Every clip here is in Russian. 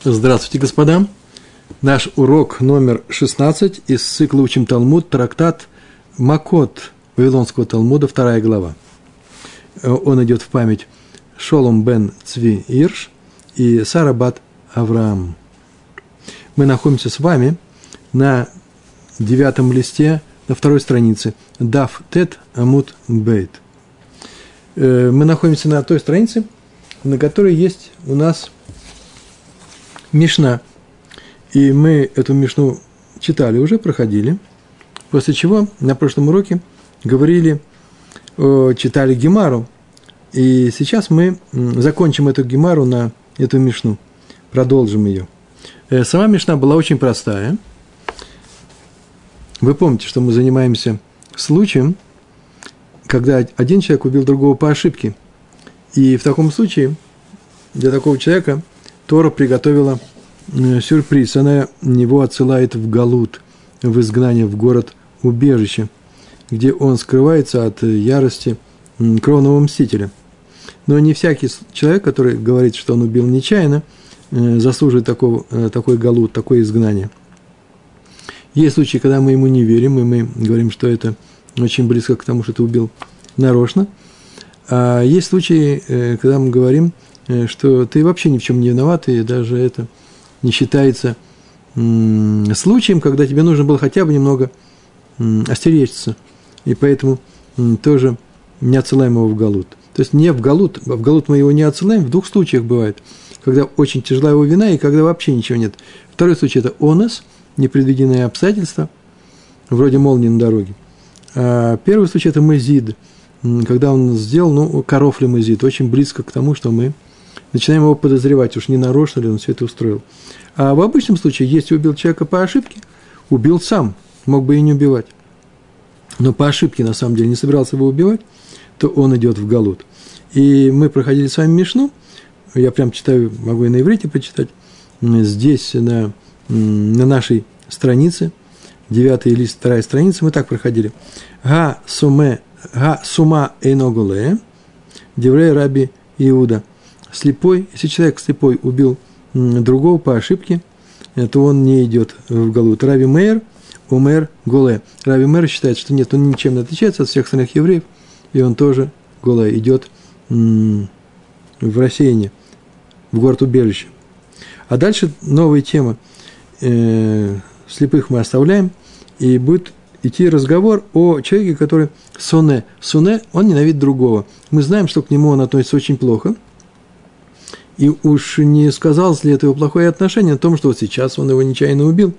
Здравствуйте, господа. Наш урок номер 16 из цикла «Учим Талмуд», трактат Макот Вавилонского Талмуда, 2 глава. Он идет в память Шолом бен Цви Ирш и Сара бат Авраам. Мы находимся с вами на 9 листе, на 2 странице, Даф Тет Амуд Бейт. Мы находимся на той странице, на которой есть у нас Мишна. И мы эту Мишну читали уже, проходили, после чего на прошлом уроке читали Гемару. И сейчас мы закончим эту Гемару на эту Мишну, продолжим ее. Сама Мишна была очень простая. Вы помните, что мы занимаемся случаем, когда один человек убил другого по ошибке. И в таком случае для такого человека Тора приготовила сюрприз. Она его отсылает в галут, в изгнание, в город-убежище, где он скрывается от ярости кровного мстителя. Но не всякий человек, который говорит, что он убил нечаянно, заслуживает такой галут, такое изгнание. Есть случаи, когда мы ему не верим, и мы говорим, что это очень близко к тому, что ты убил нарочно. А есть случаи, когда мы говорим, что ты вообще ни в чем не виноват, и даже это не считается случаем, когда тебе нужно было хотя бы немного остеречься, и поэтому тоже не отсылаем его в галут. То есть не в галут, в галут мы его не отсылаем, в 2 случаях бывает, когда очень тяжела его вина, и когда вообще ничего нет. Второй случай – это онос, непредвиденные обстоятельства, вроде молнии на дороге. А первый случай – это мезид, когда он сделал, коров ли мезид, очень близко к тому, что мы начинаем его подозревать, уж не нарочно ли он все это устроил. А в обычном случае, если убил человека по ошибке, убил сам, мог бы и не убивать. Но по ошибке, на самом деле, не собирался его убивать, то он идет в галут. И мы проходили с вами Мишну, я прям читаю, могу и на иврите прочитать, здесь на нашей странице, 9 лист, 2 страница, мы так проходили. Га сума эйногуле, деврей раби Иуда. Слепой, если человек слепой убил другого по ошибке, то он не идет в галут. Раби Мейр, умер голе. Раби Мейр считает, что нет, он ничем не отличается от всех остальных евреев, и он тоже голе идет в рассеяние, в город-убежище. А дальше новая тема. Слепых мы оставляем, и будет идти разговор о человеке, который соне. Соне, он ненавидит другого. Мы знаем, что к нему он относится очень плохо, и уж не сказалось ли это его плохое отношение о том, что вот сейчас он его нечаянно убил.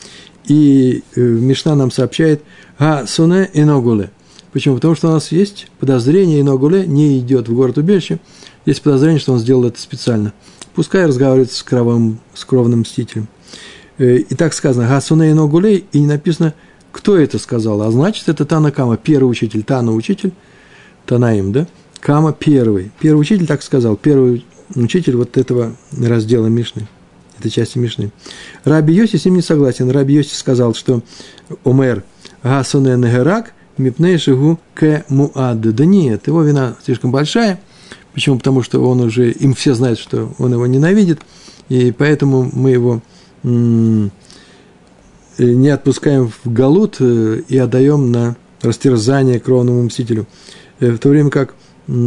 И Мишна нам сообщает соне иногуле. Почему? Потому что у нас есть подозрение, иногуле не идет в город-убежище, есть подозрение, что он сделал это специально. Пускай разговаривает с кровным мстителем. И так сказано, гасуне иногулей, и не написано, кто это сказал, а значит, это Тана Кама, первый учитель, Тана учитель, Танаим, да? Кама первый. Первый учитель так сказал, первый учитель вот этого раздела Мишны, этой части Мишны. Раби Йоси с ним не согласен. Раби Йоси сказал, что Омер гасуне негерак, мипней шигу к муад. Да нет, его вина слишком большая. Почему? Потому что он уже, им все знают, что он его ненавидит, и поэтому мы его не отпускаем в галут и отдаем на растерзание кровному мстителю. В то время как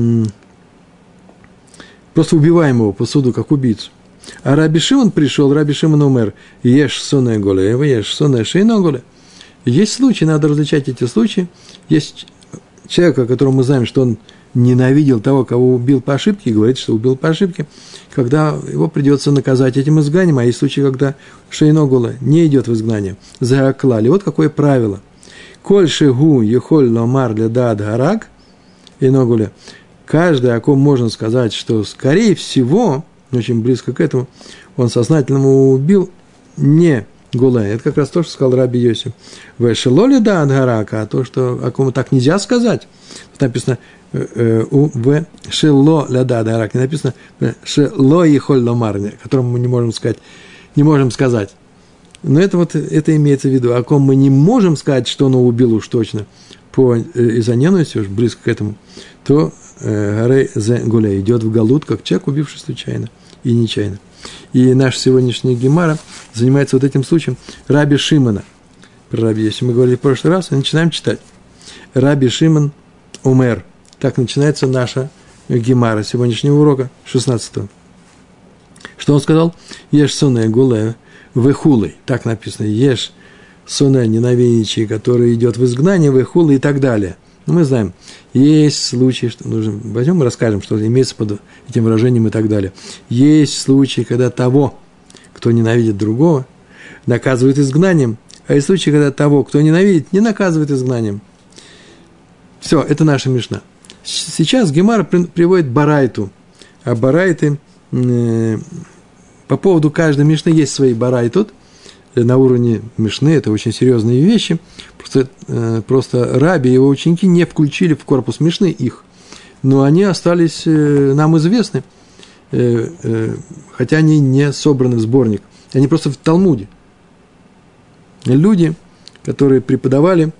просто убиваем его по суду, как убийцу. А Раби Шимон пришел, Раби Шимон умер, ешь соне голе, ешь соне шейно голе. Есть случаи, надо различать эти случаи. Есть человек, о котором мы знаем, что он ненавидел того, кого убил по ошибке, и говорит, что убил по ошибке, когда его придется наказать этим изгнанием, а есть случаи, когда шейногула не идет в изгнание. Зааклали. Вот какое правило. Коль шигу ехоль ломар ледад гарак иногуля. Каждый, о ком можно сказать, что, скорее всего, очень близко к этому, он сознательно его убил не гулай. Это как раз то, что сказал Раби Йоси. Вешело ледад гарака, а то, что, о ком так нельзя сказать. Тут написано в шело лядад гарак, не написано шело ехоль ломар, которому мы не можем сказать. Но это имеется в виду, о ком мы не можем сказать, что он убил уж точно, из-за ненависти, уж близко к этому, то Гарей зе гулей, идет в галут, как человек, убивший случайно и нечаянно. И наша сегодняшняя гемара занимается вот этим случаем Раби Шимона. Про Раби, если мы говорили в прошлый раз, начинаем читать. Раби Шимон Умер. Так начинается наша гемара сегодняшнего урока, 16-го. Что он сказал? Еш соне гуле вехулей. Так написано. Еш соне ненавидящий, который идет в изгнание, вехулей и так далее. Мы знаем, есть случаи, что нужно, возьмем и расскажем, что имеется под этим выражением и так далее. Есть случаи, когда того, кто ненавидит другого, наказывают изгнанием, а есть случаи, когда того, кто ненавидит, не наказывает изгнанием. Все, это наша мишна. Сейчас Гемара приводит барайту, а барайты, по поводу каждой мишны есть свои барайтут, на уровне мишны, это очень серьезные вещи, просто Раби и его ученики не включили в корпус мишны их, но они остались нам известны, хотя они не собраны в сборник, они просто в Талмуде. Люди, которые преподавали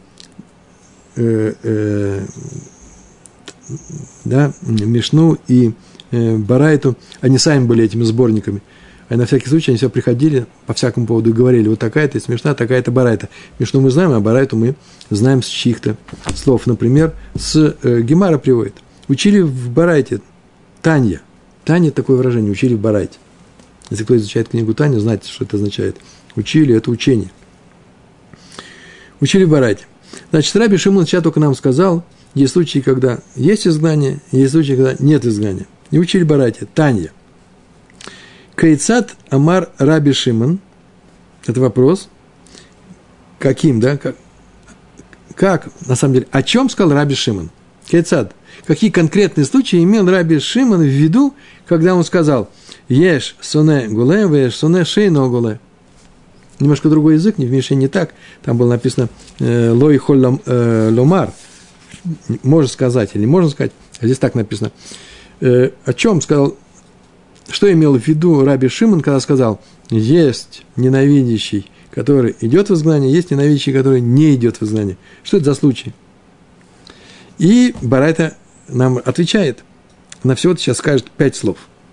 мишну и барайту, они сами были этими сборниками. А на всякий случай они все приходили по всякому поводу и говорили, вот такая-то смешна, такая-то барайта. Мишну мы знаем, а барайту мы знаем с чьих-то слов. Например, с Гемара приводит. Учили в барайте Танья. Таня – такое выражение, учили в барайте. Если кто изучает книгу Таня, знаете, что это означает. Учили – это учение. Учили в барайте. Значит, Раби Шимон сейчас только нам сказал, есть случаи, когда есть изгнание, есть случаи, когда нет изгнания. И учили в барайте Танья. Кейцат Амар Раби Шимон. Это вопрос. Каким, да? Как, на самом деле, о чем сказал Раби Шимон? Кейцат. Какие конкретные случаи имел Раби Шимон в виду, когда он сказал «Еш соне гуле, веш соне шейно гуле». Немножко другой язык, в Мише не так. Там было написано «Лой холь ломар». Можно сказать или не можно сказать. А здесь так написано. О чем сказал, что имел в виду Раби Шимон, когда сказал «Есть ненавидящий, который идет в изгнание, есть ненавидящий, который не идет в изгнание». Что это за случай? И барайта нам отвечает. На все это сейчас скажет 5 слов.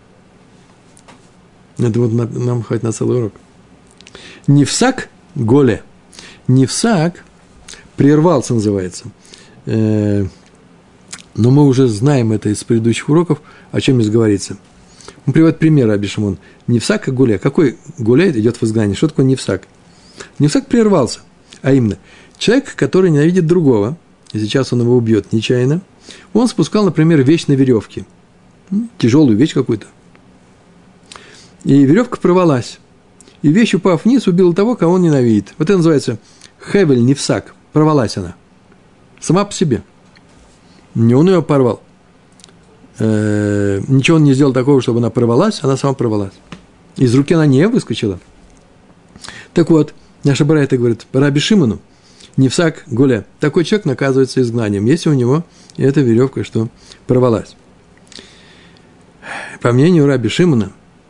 Это вот нам хватит на целый урок. Нефсак голе. Нефсак прервался, называется. Но мы уже знаем это из предыдущих уроков, о чем здесь говорится. Он приводит пример Раби Шимон. Нефсак и гуля. Какой гуля идет в изгнание? Что такое нефсак? Нефсак прервался. А именно, человек, который ненавидит другого, и сейчас он его убьет нечаянно, он спускал, например, вещь на веревке. Тяжелую вещь какую-то. И веревка порвалась. И вещь, упав вниз, убила того, кого он ненавидит. Вот это называется хевель нефсак. Порвалась она. Сама по себе. Не он ее порвал. Ничего он не сделал такого, чтобы она порвалась, она сама порвалась. Из руки она не выскочила. Так вот, наша барайта говорит, Раби Шимону, нефсак гуля, такой человек наказывается изгнанием, если у него эта веревка, что порвалась. По мнению Раби Шимона,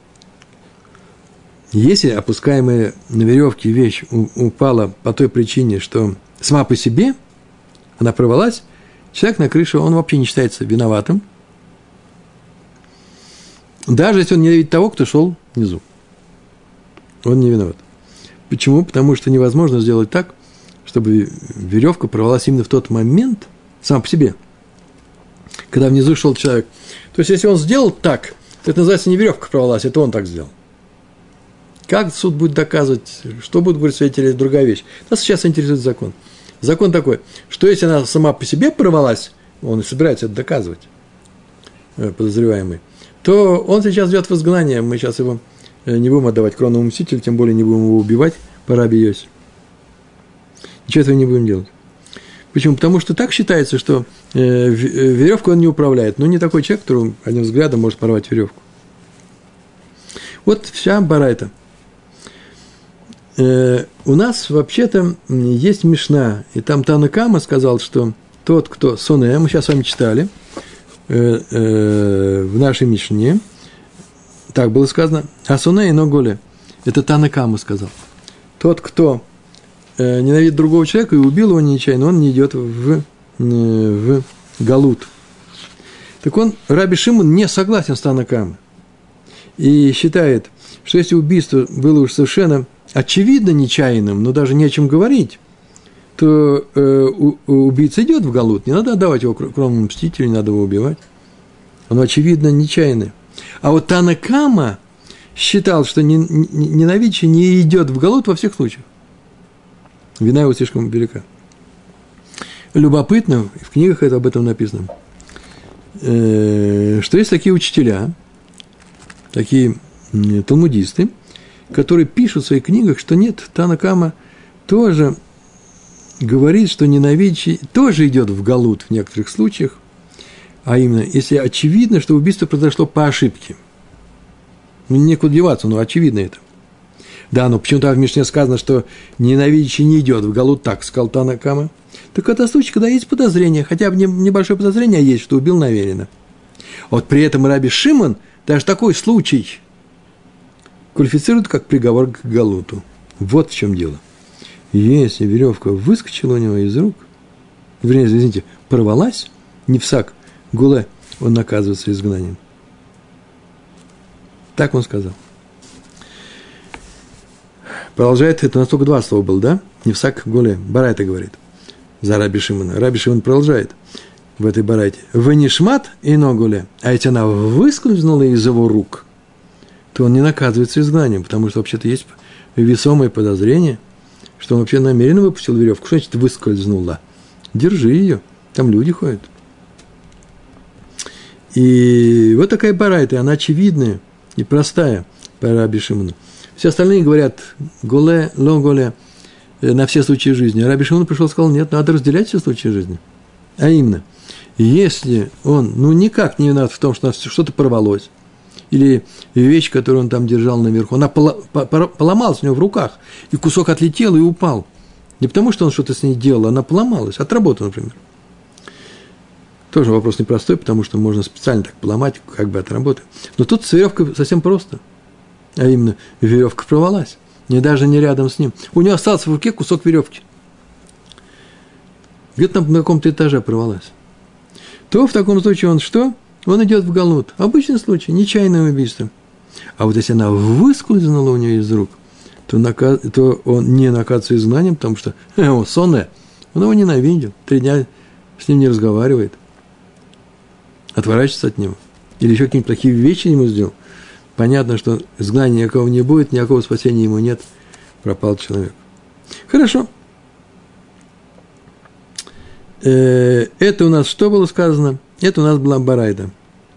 если опускаемая на веревке вещь упала по той причине, что сама по себе она порвалась, человек на крыше, он вообще не считается виноватым, даже если он ненавидит того, кто шел внизу. Он не виноват. Почему? Потому что невозможно сделать так, чтобы веревка порвалась именно в тот момент, сам по себе, когда внизу шел человек. То есть, если он сделал так, то это называется не веревка порвалась, это он так сделал. Как суд будет доказывать, что будут говорить свидетели, это другая вещь. Нас сейчас интересует закон. Закон такой, что если она сама по себе порвалась, он и собирается это доказывать, подозреваемый, то он сейчас идет в изгнание, мы сейчас его не будем отдавать кровному мстителю, тем более не будем его убивать по Раби Йоси. Ничего этого не будем делать. Почему? Потому что так считается, что веревку он не управляет, но не такой человек, который одним взглядом может порвать веревку. Вот вся барайта. У нас вообще-то есть мишна, и там Тана Кама сказал, что тот, кто соне, мы сейчас с вами читали, в нашей мишне, так было сказано, а соне и ноголе, это Тана Кама сказал. Тот, кто ненавидит другого человека и убил его нечаянно, он не идет в галут. Так Раби Шимон не согласен с Тана Кама и считает, что если убийство было уж совершенно очевидно нечаянным, но даже не о чем говорить, то убийца идет в галут, не надо отдавать его кровному мстителю, не надо его убивать. Оно очевидно нечаянное. А вот Тана Кама считал, что ненавидящий не идет в галут во всех случаях. Вина его слишком велика. Любопытно, в книгах это об этом написано, что есть такие учителя, такие талмудисты, которые пишут в своих книгах, что нет, Тана Кама тоже говорит, что ненавидящий тоже идет в галут в некоторых случаях, а именно, если очевидно, что убийство произошло по ошибке. Некуда деваться, но очевидно это. Да, но почему-то в Мишне сказано, что ненавидящий не идет в галут, так сказал Тана Кама. Так это случай, когда есть подозрение, хотя бы небольшое подозрение есть, что убил намеренно. Вот при этом Раби Шимон даже такой случай квалифицирует как приговор к галуту. Вот в чем дело. Если веревка выскочила у него из рук, вернее, извините, порвалась, не всак, гуле, он наказывается изгнанием. Так он сказал. Продолжает, это настолько два слова было, да? Не всак, гуле, Барайта говорит. За Раби Шимона. Раби Шимон продолжает в этой барайте. Венишмат ино гуле. А если она выскользнула из его рук, то он не наказывается изгнанием, потому что вообще-то есть весомое подозрение, что он вообще намеренно выпустил веревку. Что значит выскользнула? Держи ее, там люди ходят. И вот такая барайта, она очевидная и простая по Раби Шимону. Все остальные говорят голе, ло голе, на все случаи жизни. Раби Шимон пришел и сказал, нет, надо разделять все случаи жизни. А именно, если он, никак не виноват в том, что что-то порвалось, или вещь, которую он там держал наверху, она поломалась у него в руках, и кусок отлетел и упал. Не потому, что он что-то с ней делал, она поломалась, от работы, например. Тоже вопрос непростой, потому что можно специально так поломать, как бы от работы. Но тут с веревкой совсем просто. А именно, веревка порвалась. Даже не рядом с ним. У него остался в руке кусок веревки. Где-то там на каком-то этаже порвалась. То в таком случае он что? Он идет в галут. Обычный случай, нечаянное убийство. А вот если она выскользнула у него из рук, то он не наказывается изгнанием, потому что он сонный, он его ненавидел, 3 дня с ним не разговаривает, отворачивается от него. Или еще какие-нибудь плохие вещи ему сделал. Понятно, что изгнания никакого не будет, никакого спасения ему нет, пропал человек. Хорошо. Это у нас что было сказано? Это у нас была барайта.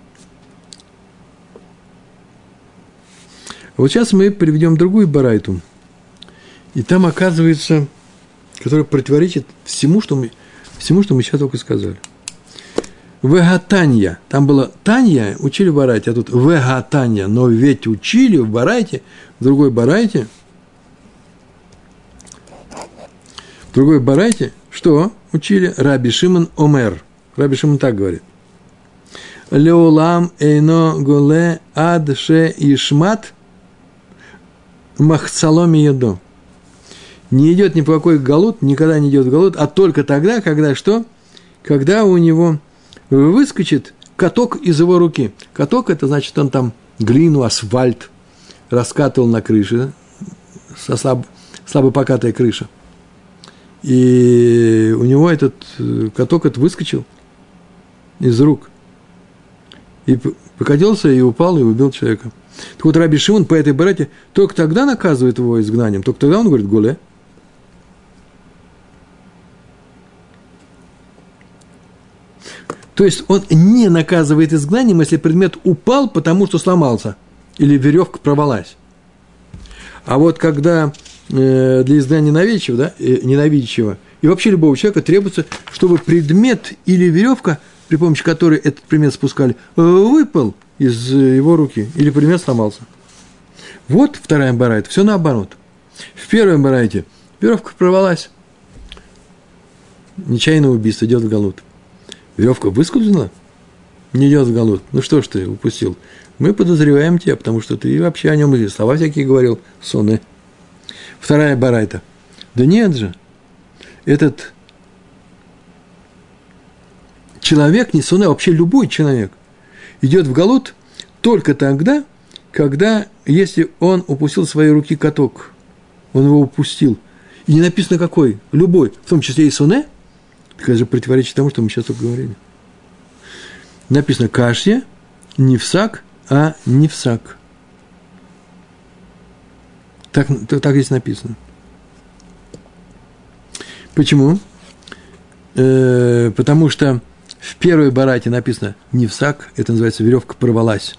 Вот сейчас мы приведем другую барайту. И там оказывается, которая противоречит всему, что мы сейчас только сказали. Вегатанья. Там было Танья, учили в барайте, а тут Вегатанья. Но ведь учили в барайте, в другой барайте, что учили? Раби Шимон Омер. Раби Шимон так говорит. Леолам эйно голе ад ше ишмат махцаломи едо. Не идет ни по какой галут, никогда не идет в галут, а только тогда, когда что? Когда у него выскочит каток из его руки. Каток – это значит, он там глину, асфальт раскатывал на крыше, слабо покатая крыша. И у него этот каток выскочил из рук. И покатился, и упал, и убил человека. Так вот, Раби Шимон по этой барайте только тогда наказывает его изгнанием, только тогда он говорит голе. То есть он не наказывает изгнанием, если предмет упал, потому что сломался, или веревка порвалась. А вот когда для изгнания ненавидящего и вообще любого человека требуется, чтобы предмет или веревка, при помощи которой этот предмет спускали, выпал из его руки, или предмет сломался. Вот вторая барайта, все наоборот. В первой барайте веревка порвалась, нечаянное убийство, идет в галут. Веревка выскользнула, не идет в галут. Ну что ж ты упустил? Мы подозреваем тебя, потому что ты вообще о нем слова всякие говорил, сонные. Вторая барайта. Да нет же, этот человек не сонный, а вообще любой человек, идет в галут только тогда, когда, если он упустил в своей руки каток, он его упустил, и не написано какой, любой, в том числе и суне, так это же противоречит тому, что мы сейчас только говорили. Написано кашья, не всак, а не всак. Так здесь написано. Почему? Потому что в первой барайте написано не всак, это называется веревка порвалась.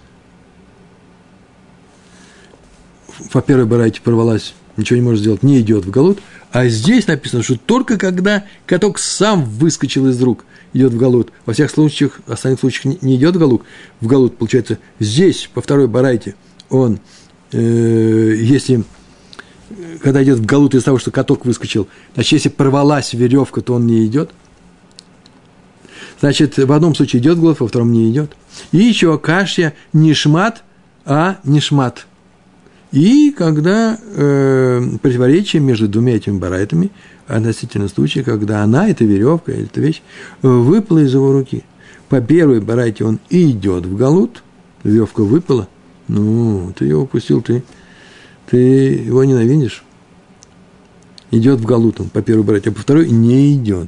По первой барайте порвалась, ничего не может сделать, не идет в галут. А здесь написано, что только когда каток сам выскочил из рук, идет в галут. Во всех случаях, остальных случаях не идет в галут. Получается, здесь, по второй барайте, он, если, когда идет в галут из-за того, что каток выскочил, значит, если порвалась веревка, то он не идет. Значит, в одном случае идет в галут, во втором не идет. И еще кашья не шмат, а не шмат. И когда противоречие между двумя этими барайтами относительно случая, когда она, эта веревка, эта вещь, выпала из его руки. По первой барайте он и идет в галут, веревка выпала, ну, ты ее упустил, ты его ненавидишь. Идет в галут он по первой барайте, а по второй не идет.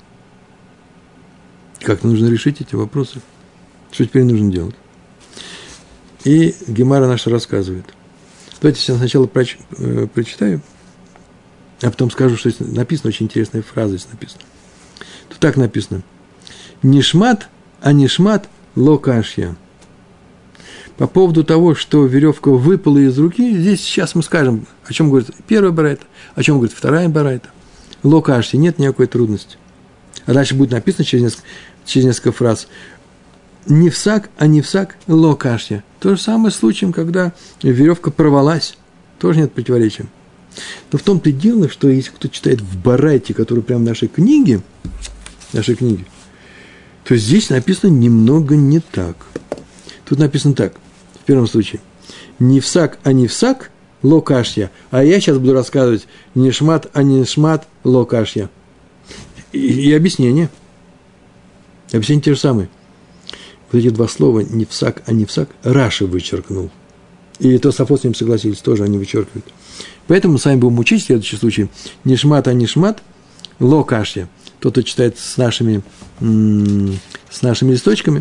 Как-то нужно решить эти вопросы. Что теперь нужно делать? И Гемара наша рассказывает. Давайте я сначала прочитаю, а потом скажу, что здесь написано, очень интересная фраза здесь написана. Тут так написано. Нишмат, а нишмат локашья. По поводу того, что веревка выпала из руки, здесь сейчас мы скажем, о чем говорит первая барайта, о чем говорит вторая барайта. Локашья, нет никакой трудности. А дальше будет написано через несколько фраз. Не всак, а не всак локашья. То же самое с случаем, когда веревка порвалась. Тоже нет противоречия. Но в том-то и дело, что если кто читает в барайте, который прямо в нашей книге, то здесь написано немного не так. Тут написано так, в первом случае. Не всак, а не всак локашья. А я сейчас буду рассказывать не шмат, а не шмат локашья. И объяснение. Объяснение те же самые. Вот эти два слова «не всак», а «не всак» Раши вычеркнул. И Тосафот с ним согласились, тоже они вычеркивают. Поэтому мы с вами будем учить в следующем случае «не шмат, а не шмат» локашья. Тот, кто читает с нашими листочками,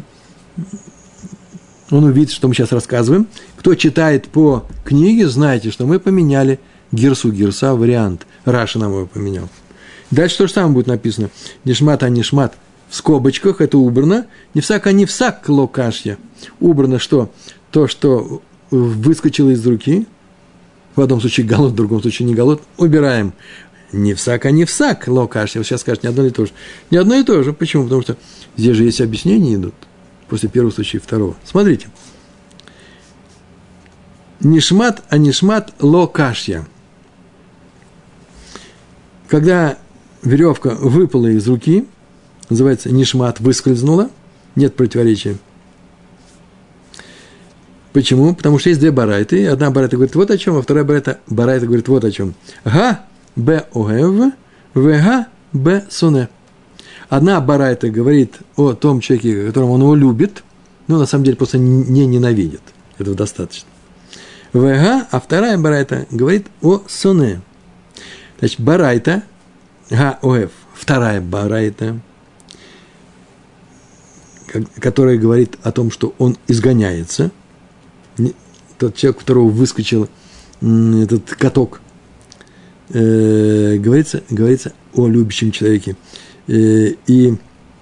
он увидит, что мы сейчас рассказываем. Кто читает по книге, знаете, что мы поменяли гирса, вариант. Раши нам его поменял. Дальше то же самое будет написано. «Не шмат, а не шмат» в скобочках, это убрано. Не всак, а не всак локашья. Убрано что? То, что выскочило из руки. В одном случае галут, в другом случае не галут. Убираем. Не всак, а не всак локашья. Вы сейчас скажете, не одно и то же. Не одно и то же. Почему? Потому что здесь же есть объяснения идут. После первого случая и второго. Смотрите. Не шмат, а не шмат локашья. Когда веревка выпала из руки, называется нишмат, выскользнула, нет противоречия. Почему? Потому что есть две барайты. Одна барайта говорит вот о чем, а вторая барайта говорит вот о чем. Га бе огев, вега бе суне. Одна барайта говорит о том человеке, которому он его любит, но на самом деле просто не ненавидит. Этого достаточно. Вега, а вторая барайта говорит о суне. Значит, барайта, га огев, вторая барайта, которая говорит о том, что он изгоняется, тот человек, у которого выскочил этот каток, говорится о любящем человеке. И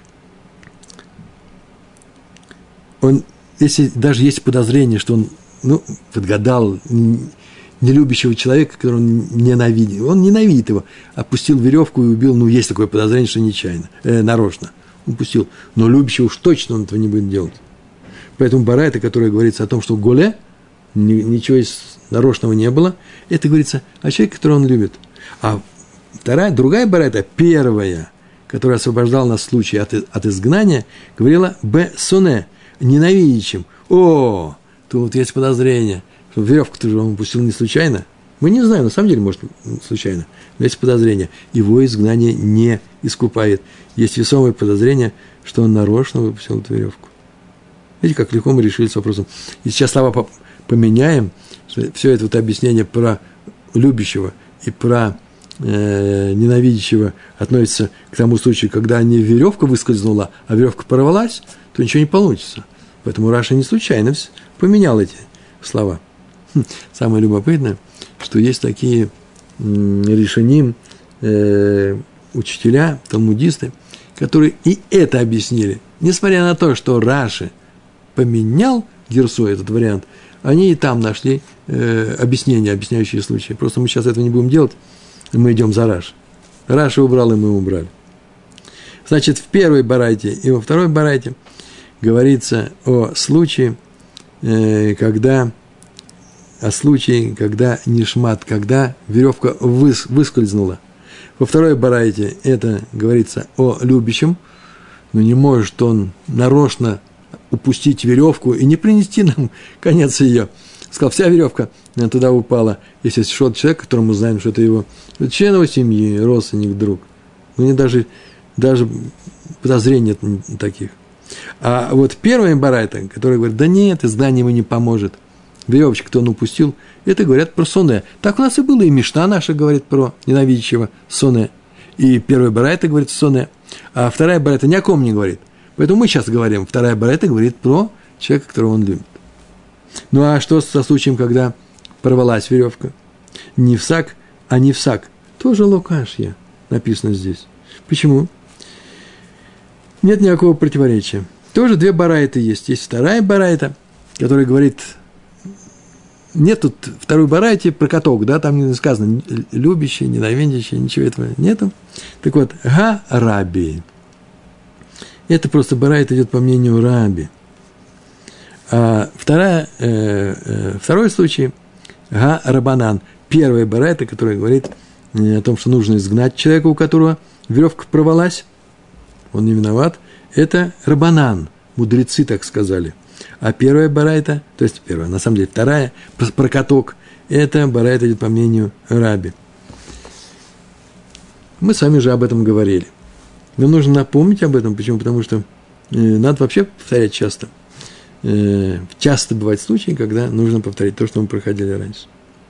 он, если даже есть подозрение, что он подгадал нелюбящего человека, которого он ненавидит его, опустил веревку и убил, есть такое подозрение, что нечаянно, нарочно. Упустил. Но любящий уж точно он этого не будет делать. Поэтому барайта, которая говорится о том, что голе, ничего нарочного не было, это говорится о человеке, которого он любит. А другая барайта, первая, которая освобождала нас в случае от изгнания, говорила бе-соне, ненавидящим. Тут есть подозрение, что веревку-то же он упустил не случайно. Мы не знаем, на самом деле, может, случайно. Но есть подозрение. Его изгнание не искупает. Есть весомое подозрение, что он нарочно выпустил эту веревку. Видите, как легко мы решили с вопросом. И сейчас слова поменяем, что все это вот объяснение про любящего и про ненавидящего относится к тому случаю, когда не веревка выскользнула, а веревка порвалась, то ничего не получится. Поэтому Раша не случайно поменял эти слова. Самое любопытное, что есть такие решеним, учителя, талмудисты, которые и это объяснили. Несмотря на то, что Раши поменял гирсу, этот вариант, они и там нашли объяснения, объясняющие случаи. Просто мы сейчас этого не будем делать, мы идем за Раши. Раши убрал, и мы убрали. Значит, в первой барайте и во второй барайте говорится о случае, когда нишмат, когда веревка выскользнула. Во второй барайте это говорится о любящем, но не может он нарочно упустить веревку и не принести нам конец ее. Сказал, вся веревка туда упала. Если шел человек, которому мы знаем, что это его член его семьи, родственник, друг. У него даже подозрений нет таких. А вот первая барайта, которая говорит, да нет, изгнание ему не поможет. Веревочку-то он упустил. Это говорят про соне. Так у нас и было, и Мишна наша говорит про ненавидящего соне. И первая барайта говорит соне. А вторая барайта ни о ком не говорит. Поэтому мы сейчас говорим, вторая барайта говорит про человека, которого он любит. Ну а что со случаем, когда порвалась веревка? Не всак, а не всак. Тоже локашья написано здесь. Почему? Нет никакого противоречия. Тоже две барайты есть. Есть вторая барайта, которая говорит, нет тут второй барайти про каток, да, там не сказано любящий, ненавидящий, ничего этого нету. Так вот, га-раби. Это просто барайт идет по мнению раби. А второй случай – га-рабанан. Первая барайта, которая говорит о том, что нужно изгнать человека, у которого веревка порвалась, он не виноват, это рабанан, мудрецы так сказали. А первая барайта, то есть первая, на самом деле вторая, про каток, это барайта идет по мнению раби. Мы с вами же об этом говорили. Но нужно напомнить об этом, почему? Потому что надо вообще повторять часто. Часто бывают случаи, когда нужно повторить то, что мы проходили раньше.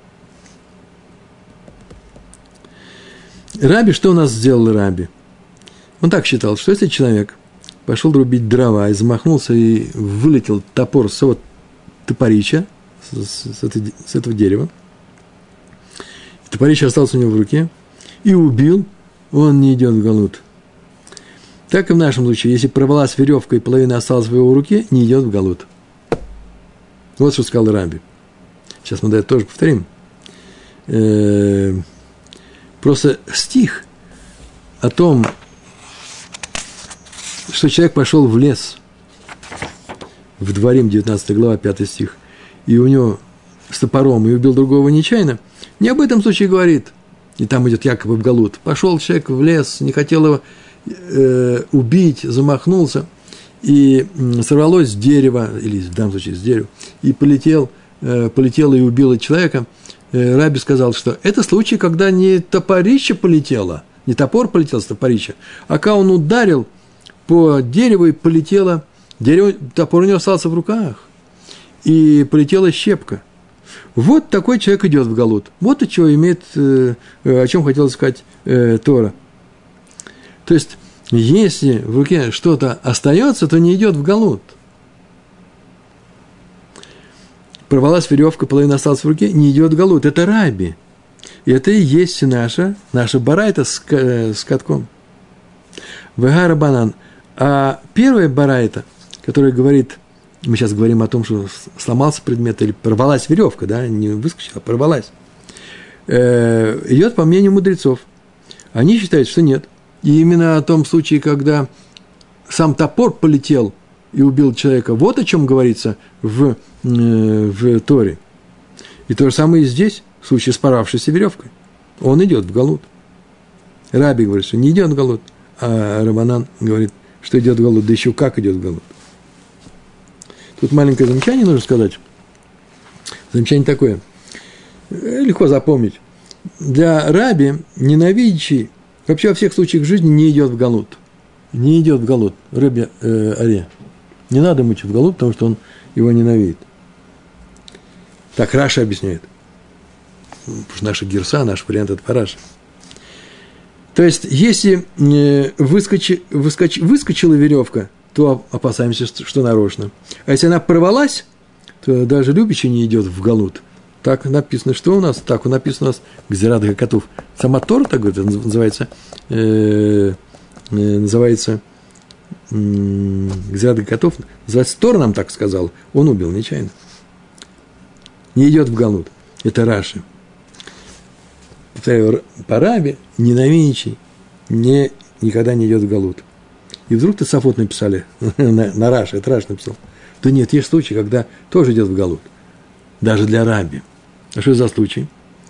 Раби, что у нас сделал Раби? Он так считал, что если человек пошел рубить дрова и замахнулся, и вылетел топор с его топорища, с этого дерева, топорище осталось у него в руке, и убил, он не идет в галут. Так и в нашем случае, если порвалась веревка и половина осталась в его руке, не идет в галут. Вот что сказал Раби. Сейчас мы это тоже повторим. Просто стих о том, что человек пошел в лес, в Дворим, 19 глава, 5 стих, и у него с топором, и убил другого нечаянно, не об этом случае говорит. И там идет якобы в галут. Пошел человек в лес, не хотел его убить, замахнулся, и сорвалось с дерева, или в данном случае с дерева, и полетело и убило человека. Раби сказал, что это случай, когда не топорище полетело, не топор полетел с топорища, а когда он ударил по дереву, и полетело, топор у него остался в руках, и полетела щепка. Вот такой человек идет в галут. Вот о чем хотел сказать Тора. То есть, если в руке что-то остается, то не идет в галут. Порвалась веревка, половина осталась в руке, не идет в галут. Это Раби. И это и есть наша барайта с катком. Вегара банан. А первая барайта, которая говорит, мы сейчас говорим о том, что сломался предмет или порвалась веревка, да, не выскочила, а порвалась, идет по мнению мудрецов. Они считают, что нет. И именно о том случае, когда сам топор полетел и убил человека, вот о чем говорится в Торе. И то же самое и здесь, в случае с порвавшейся веревкой. Он идет в галут. Раби говорит, что не идет в галут, а Рабанан говорит, что идет в галут, да еще как идет в галут. Тут маленькое замечание нужно сказать. Замечание такое. Легко запомнить. Для Раби ненавидящий вообще во всех случаях жизни не идет в галут. Не идет в галут. Раби Аре. Не надо ему идти в галут, потому что он его ненавидит. Так Раши объясняет. Потому что наша гирса, наш вариант – это по Раши. То есть, если выскочила веревка, то опасаемся, что нарочно. А если она порвалась, то даже любящий не идет в галут. Так написано, что у нас? Так написано у нас Гзерат Гакатув. Сама Тора так говорит, называется Гзерат Гакатув. Называется, Тора нам так сказал. Он убил нечаянно. Не идет в галут. Это Раши. Повторяю, по Рабе ненавидящий никогда не идет в галут. И вдруг Тосафот написали на Раши, это Раши написал. Да нет, есть случаи, когда тоже идет в галут. Даже для Раби. А что за случай?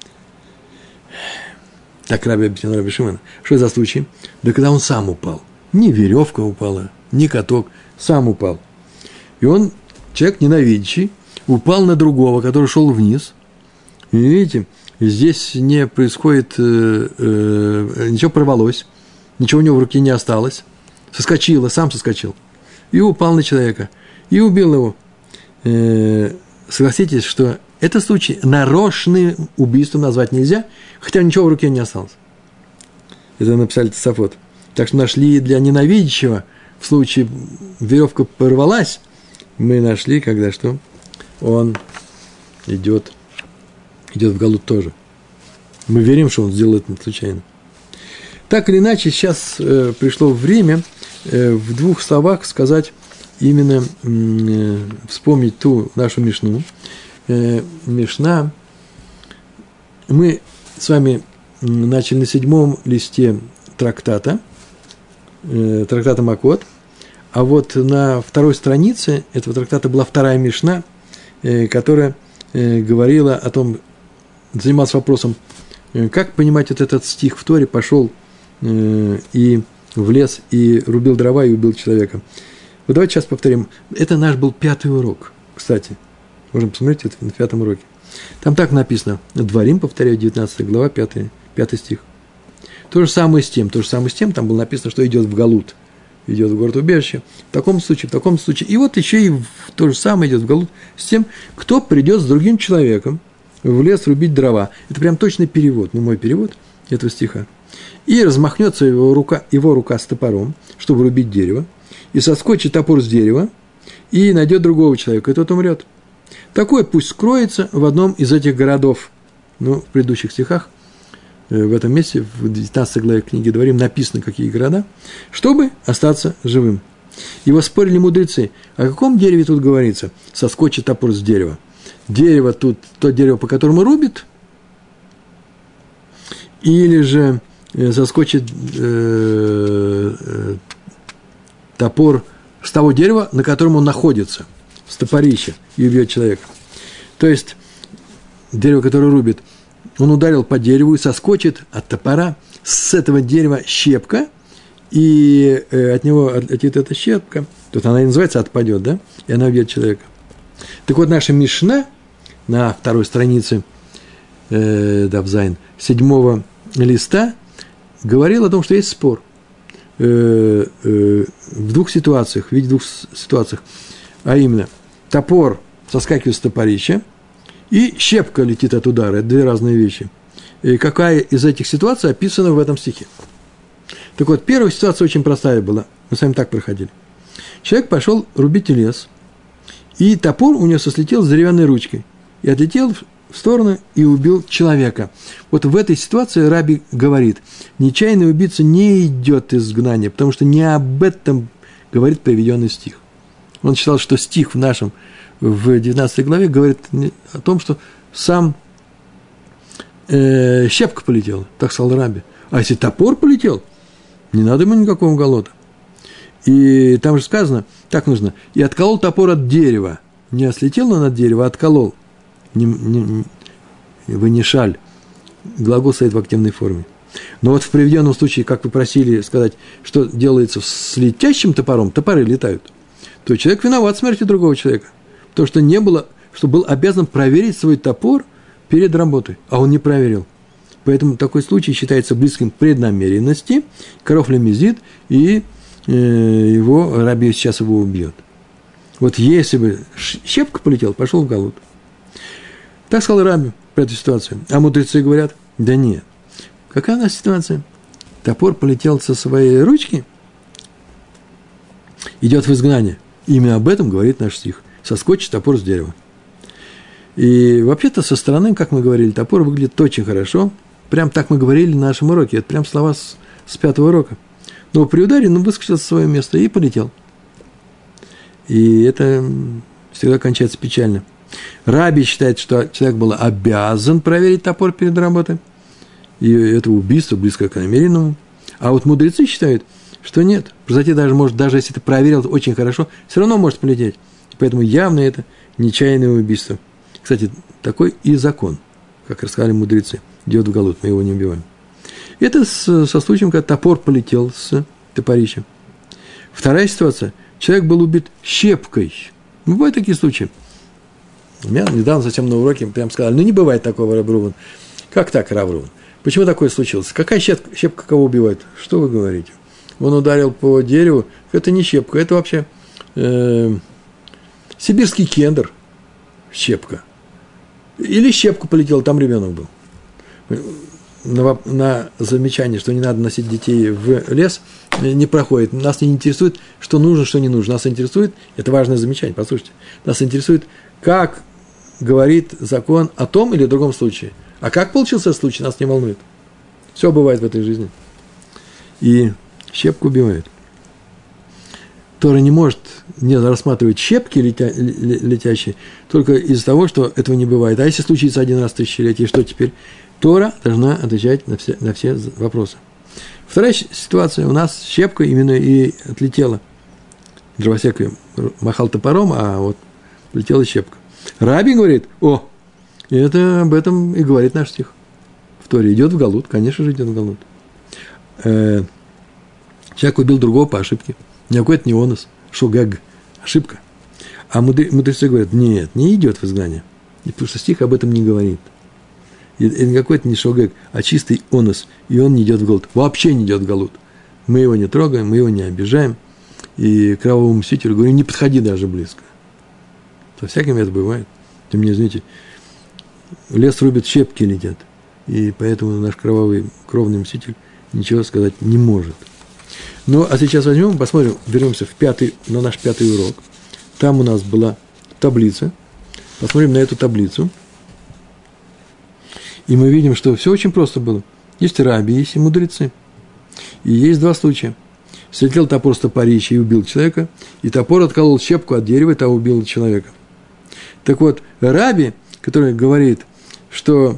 Так Раби объяснил Раби Шимона. Что за случай? Да когда он сам упал. Не веревка упала, не каток, сам упал. И он, человек ненавидящий, упал на другого, который шел вниз. И видите, здесь не происходит, ничего порвалось, ничего у него в руке не осталось. Соскочило, сам соскочил. И упал на человека. И убил его. Согласитесь, что это случай нарочным убийством назвать нельзя, хотя ничего в руке не осталось. Это написали Тосафот. Так что нашли для ненавидящего, в случае веревка порвалась, мы нашли, когда что он идет в галут тоже. Мы верим, что он сделал это случайно. Так или иначе, сейчас пришло время в двух словах сказать именно, вспомнить ту нашу Мишну. Мишна, мы с вами начали на 7 листе трактата Макот, а вот на 2 странице этого трактата была 2 Мишна, которая говорила о том, занималась вопросом, как понимать вот этот стих в Торе, пошел и в лес, и рубил дрова, и убил человека. Вот давайте сейчас повторим. Это наш был 5 урок, кстати. Можем посмотреть это на 5 уроке. Там так написано. Дворим, повторяю, 19 глава, 5 стих. То же самое с тем. Там было написано, что идет в галут. Идет в город-убежище. В таком случае. И вот еще и то же самое идет в галут с тем, кто придет с другим человеком в лес рубить дрова. Это прям точный перевод, не мой перевод этого стиха. И размахнется его рука с топором, чтобы рубить дерево, и соскочит топор с дерева, и найдет другого человека, и тот умрет. Такой пусть скроется в одном из этих городов. В предыдущих стихах, в этом месте, в 19 главе книги Дворим написано, какие города, чтобы остаться живым. И воспорили мудрецы. О каком дереве тут говорится? Соскочит топор с дерева. Дерево тут, то дерево, по которому рубит, или же соскочит топор с того дерева, на котором он находится, с топорища, и убьет человека. То есть, дерево, которое рубит, он ударил по дереву и соскочит от топора с этого дерева щепка, и от него отлетит эта щепка, тут она и называется «отпадет», да, и она убьет человека. Так вот, наша Мишна на 2 странице Давзайн 7 листа говорила о том, что есть спор в 2 ситуациях, в виде 2 ситуациях, а именно топор соскакивает с топорища, и щепка летит от удара. Это 2 разные вещи. И какая из этих ситуаций описана в этом стихе? Так вот, первая ситуация очень простая была. Мы с вами так проходили. Человек пошел рубить лес, и топор у него слетел с деревянной ручкой, и отлетел в сторону и убил человека. Вот в этой ситуации Раби говорит, нечаянный убийца не идет изгнания, потому что не об этом говорит приведенный стих. Он считал, что стих в нашем, в 19 главе, говорит о том, что сам щепка полетела, так сказал Раби. А если топор полетел, не надо ему никакого галота. И там же сказано, так нужно, и отколол топор от дерева. Не слетел он от дерева, а отколол. Вынешаль. Глагол стоит в активной форме. Но вот в приведенном случае, как вы просили сказать, что делается с летящим топором, топоры летают, то человек виноват в смерти другого человека. Потому что не было, что был обязан проверить свой топор перед работой, а он не проверил. Поэтому такой случай считается близким к преднамеренности, коров лемезит, и его Раби сейчас его убьет. Вот если бы щепка полетела, пошел в галут. Так сказал Раби про эту ситуацию. А мудрецы говорят, да нет. Какая у нас ситуация? Топор полетел со своей ручки, идет в изгнание. Именно об этом говорит наш стих. Соскочит топор с дерева. И вообще-то со стороны, как мы говорили, топор выглядит очень хорошо. Прям так мы говорили на нашем уроке. Это прям слова с 5-го урока. Но при ударе он выскочил со своего места и полетел. И это всегда кончается печально. Раби считает, что человек был обязан проверить топор перед работой. И это убийство близко к намеренному. А вот мудрецы считают, что нет. Кстати, даже если ты проверил очень хорошо, все равно может полететь. Поэтому явно это нечаянное убийство. Кстати, такой и закон, как рассказали мудрецы. Идет в галут, мы его не убиваем. Это со случаем, когда топор полетел с топорища. Вторая ситуация. Человек был убит щепкой. Бывают такие случаи. У меня недавно совсем на уроке прям сказали, не бывает такого, Рав Рувен. Как так, Рав Рувен? Почему такое случилось? Какая щепка кого убивает? Что вы говорите? Он ударил по дереву. Это не щепка, это вообще сибирский кендр. Щепка. Или щепка полетела, там ребенок был. На замечание, что не надо носить детей в лес, не проходит. Нас не интересует, что нужно, что не нужно. Нас интересует, это важное замечание, послушайте, нас интересует, как говорит закон о том или другом случае. А как получился этот случай, нас не волнует. Все бывает в этой жизни. И щепку убивают. Тора не может не рассматривать щепки летящие только из-за того, что этого не бывает. А если случится один раз в тысячелетие, что теперь? Тора должна отвечать на все вопросы. Вторая ситуация. У нас щепка именно и отлетела. Дровосек махал топором, а вот полетела щепка. Раби говорит, это об этом и говорит наш стих. В Торе идет в галут, конечно же, идет в галут. Человек убил другого по ошибке. Никакой это не онос, шогаг, ошибка. А мудрецы говорят, нет, не идет в изгнание. Потому что стих об этом не говорит. И никакой это не шогаг, а чистый онос. И он не идет в галут. Вообще не идет в галут. Мы его не трогаем, мы его не обижаем. И кровавому мстителю говорю, не подходи даже близко. Со всякими это бывает. Тем не извините, лес рубит, щепки летят. И поэтому наш кровный мститель ничего сказать не может. Ну, а сейчас возьмем, посмотрим, вернемся на наш 5-й урок. Там у нас была таблица. Посмотрим на эту таблицу. И мы видим, что все очень просто было. Есть раби, есть и мудрецы. И есть два случая. Слетел топор с топорища и убил человека, и топор отколол щепку от дерева, и того убил человека. Так вот, раби, который говорит, что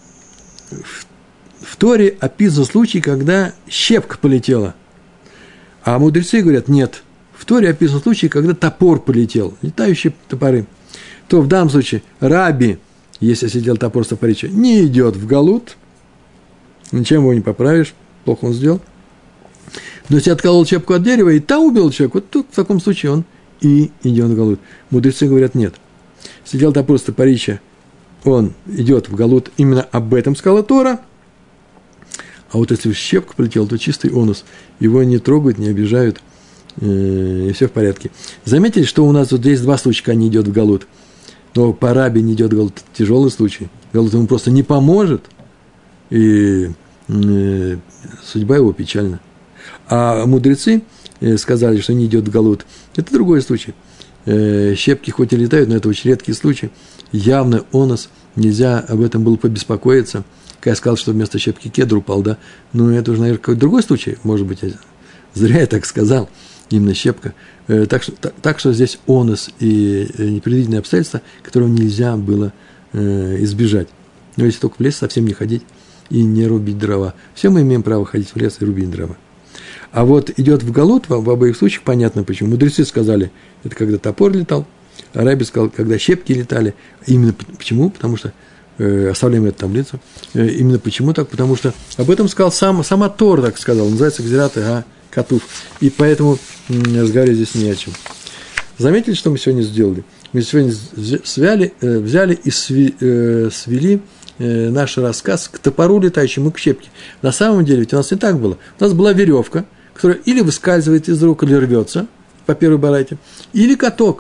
в Торе описан случай, когда щепка полетела. А мудрецы говорят, нет, в Торе описан случай, когда топор полетел, летающие топоры. То в данном случае раби, если сидел топор с топорища, не идет в галут, ничем его не поправишь, плохо он сделал. Но если отколол щепку от дерева, и та убил человека, вот тут в таком случае он и идет в галут. Мудрецы говорят, нет. Сидел топор с топорища, он идет в галут, именно об этом сказала Тора. А вот если щепка полетела, то чистый онос. Его не трогают, не обижают, и все в порядке. Заметили, что у нас вот здесь два случая, когда не идет в галут. Но по раби не идет в галут. Тяжелый случай. Галут ему просто не поможет, и судьба его печальна. А мудрецы сказали, что не идет в галут. Это другой случай. Щепки хоть и летают, но это очень редкий случай. Явно онос, нельзя об этом было побеспокоиться. Когда я сказал, что вместо щепки кедр упал, да, ну, это уже, наверное, какой-то другой случай, может быть, зря я так сказал, именно щепка. Так что здесь онос и непредвиденные обстоятельства, которого нельзя было избежать. Но если только в лес совсем не ходить и не рубить дрова. Все мы имеем право ходить в лес и рубить дрова. А вот идет в галут, в обоих случаях понятно почему. Мудрецы сказали, это когда топор летал, а раби сказал, когда щепки летали. Именно почему? Потому что оставляем эту таблицу. Именно почему так? Потому что об этом сказал сама Тора, так сказал. Называется Гзират Катув. И поэтому разговаривать здесь не о чем. Заметили, что мы сегодня сделали? Мы сегодня взяли и свели наш рассказ к топору летающему, к щепке. На самом деле ведь у нас не так было. У нас была веревка, которая или выскальзывает из рук, или рвется по первой барайте, или каток,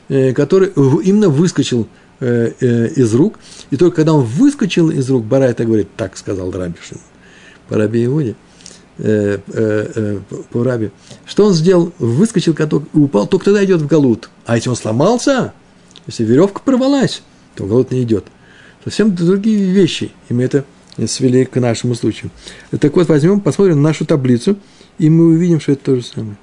который именно выскочил из рук. И только когда он выскочил из рук, Барайта говорит, так сказал Раби Шимон, по Раби Иуде, по Раби, что он сделал? Выскочил каток и упал, только тогда идет в галут. А если он сломался, если веревка порвалась, то в галут не идет. Совсем другие вещи, и мы это свели к нашему случаю. Так вот, возьмем, посмотрим на нашу таблицу, и мы увидим, что это то же самое.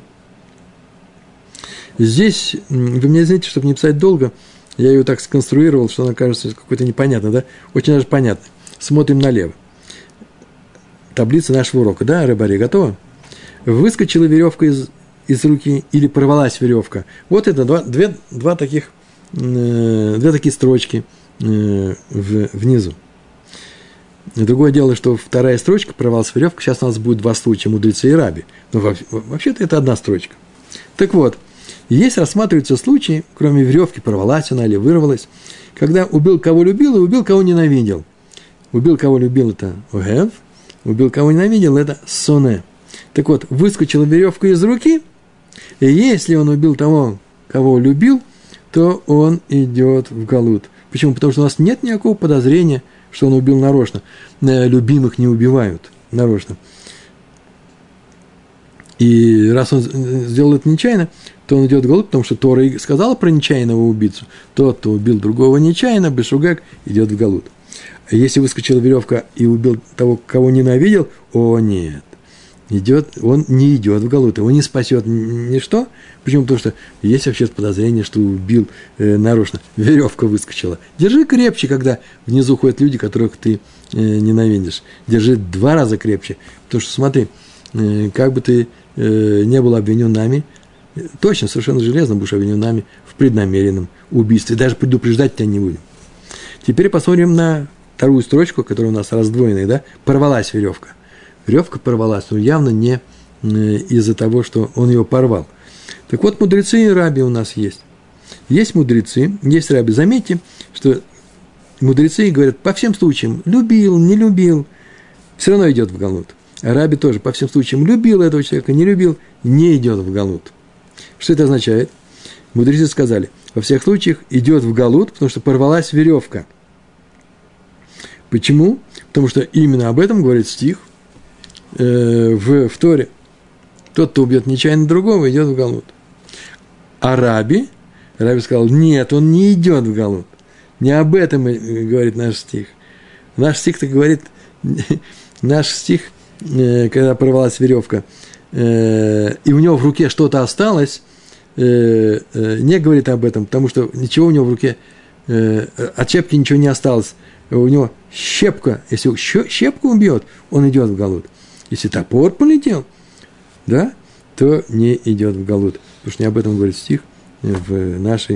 Здесь, вы меня извините, чтобы не писать долго, я ее так сконструировал, что она кажется какой-то непонятной, да? Очень даже понятной. Смотрим налево. Таблица нашего урока, да, рыбари, готова? Выскочила веревка из руки или порвалась веревка. Вот это две такие строчки внизу. Другое дело, что вторая строчка порвалась веревка, сейчас у нас будет два случая, мудрецы и раби. Но вообще-то это одна строчка. Так вот, есть рассматриваются случаи, кроме веревки, порвалась она или вырвалась, когда убил кого любил и убил кого ненавидел. Убил кого любил – это огев, убил кого ненавидел – это соне. Так вот, выскочила веревка из руки, и если он убил того, кого любил, то он идет в галут. Почему? Потому что у нас нет никакого подозрения, что он убил нарочно. Любимых не убивают нарочно. И раз он сделал это нечаянно, то он идет в галут, потому что Тора и сказала про нечаянного убийцу. Тот, кто убил другого нечаянно, бешугак, идет в галут. А если выскочила веревка и убил того, кого ненавидел, о нет, он не идет в галут, его не спасет ничто. Почему? Потому что есть вообще подозрение, что убил нарочно. Веревка выскочила. Держи крепче, когда внизу ходят люди, которых ты ненавидишь. Держи 2 раза крепче. Потому что, смотри, как бы ты не был обвинен нами, точно, совершенно железно будешь обвинен нами в преднамеренном убийстве. Даже предупреждать тебя не будем. Теперь посмотрим на вторую строчку, которая у нас раздвоенная, да? Порвалась веревка. Веревка порвалась, но явно не из-за того, что он ее порвал. Так вот, мудрецы и раби у нас есть. Есть мудрецы, есть раби. Заметьте, что мудрецы говорят по всем случаям, любил, не любил, все равно идет в галут. А раби тоже по всем случаям любил этого человека, не любил, не идет в галут. Что это означает? Мудрецы сказали, во всех случаях идет в галут, потому что порвалась веревка. Почему? Потому что именно об этом говорит стих в Торе. Тот, кто убьет нечаянно другого, идет в галут. А раби сказал, нет, он не идет в галут. Не об этом говорит наш стих. Наш стих-то говорит, наш стих, когда порвалась веревка, и у него в руке что-то осталось, не говорит об этом, потому что ничего у него в руке, от щепки ничего не осталось. У него щепка, если щепку убьет, он идет в галут. Если топор полетел, да, то не идет в галут. Потому что не об этом говорит стих в нашей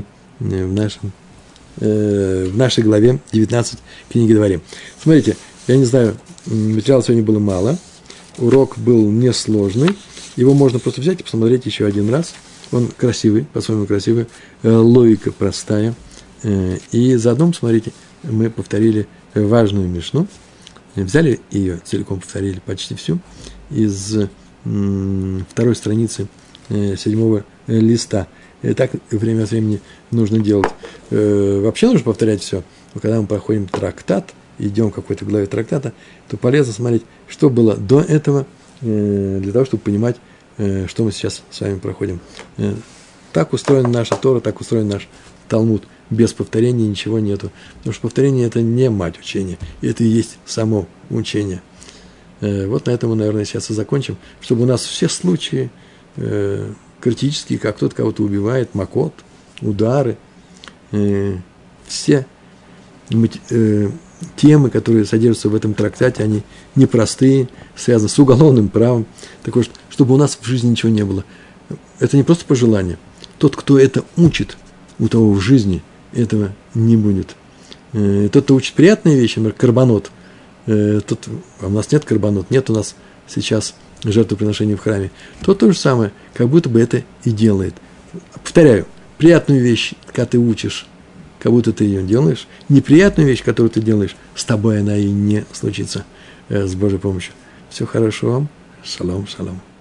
главе 19 книги Дворим. Смотрите, я не знаю, материала сегодня было мало, урок был несложный, его можно просто взять и посмотреть еще один раз. Он красивый, по-своему красивый, логика простая. И заодно, смотрите, мы повторили важную мишну, взяли ее целиком, повторили почти всю, из 2 страницы 7 листа. И так время от времени нужно делать. Вообще нужно повторять все. Но когда мы проходим трактат, идем к какой-то главе трактата, то полезно смотреть, что было до этого, для того, чтобы понимать, что мы сейчас с вами проходим. Так устроена наша Тора, так устроен наш Талмуд. Без повторения ничего нету. Потому что повторение – это не мать учения, это и есть само учение. Вот на этом мы, наверное, сейчас и закончим, чтобы у нас все случаи критические, как кто-то кого-то убивает, макот, удары, все темы, которые содержатся в этом трактате, они непростые, связаны с уголовным правом. Так вот, чтобы у нас в жизни ничего не было. Это не просто пожелание. Тот, кто это учит, у того в жизни этого не будет. Тот, кто учит приятные вещи, например, карбонот, а у нас нет карбонот, нет у нас сейчас жертвоприношений в храме, то же самое, как будто бы это и делает. Повторяю, приятную вещь, когда ты учишь, как будто ты ее делаешь, неприятную вещь, которую ты делаешь, с тобой она и не случится с Божьей помощью. Всего хорошего вам. Шалом, шалом.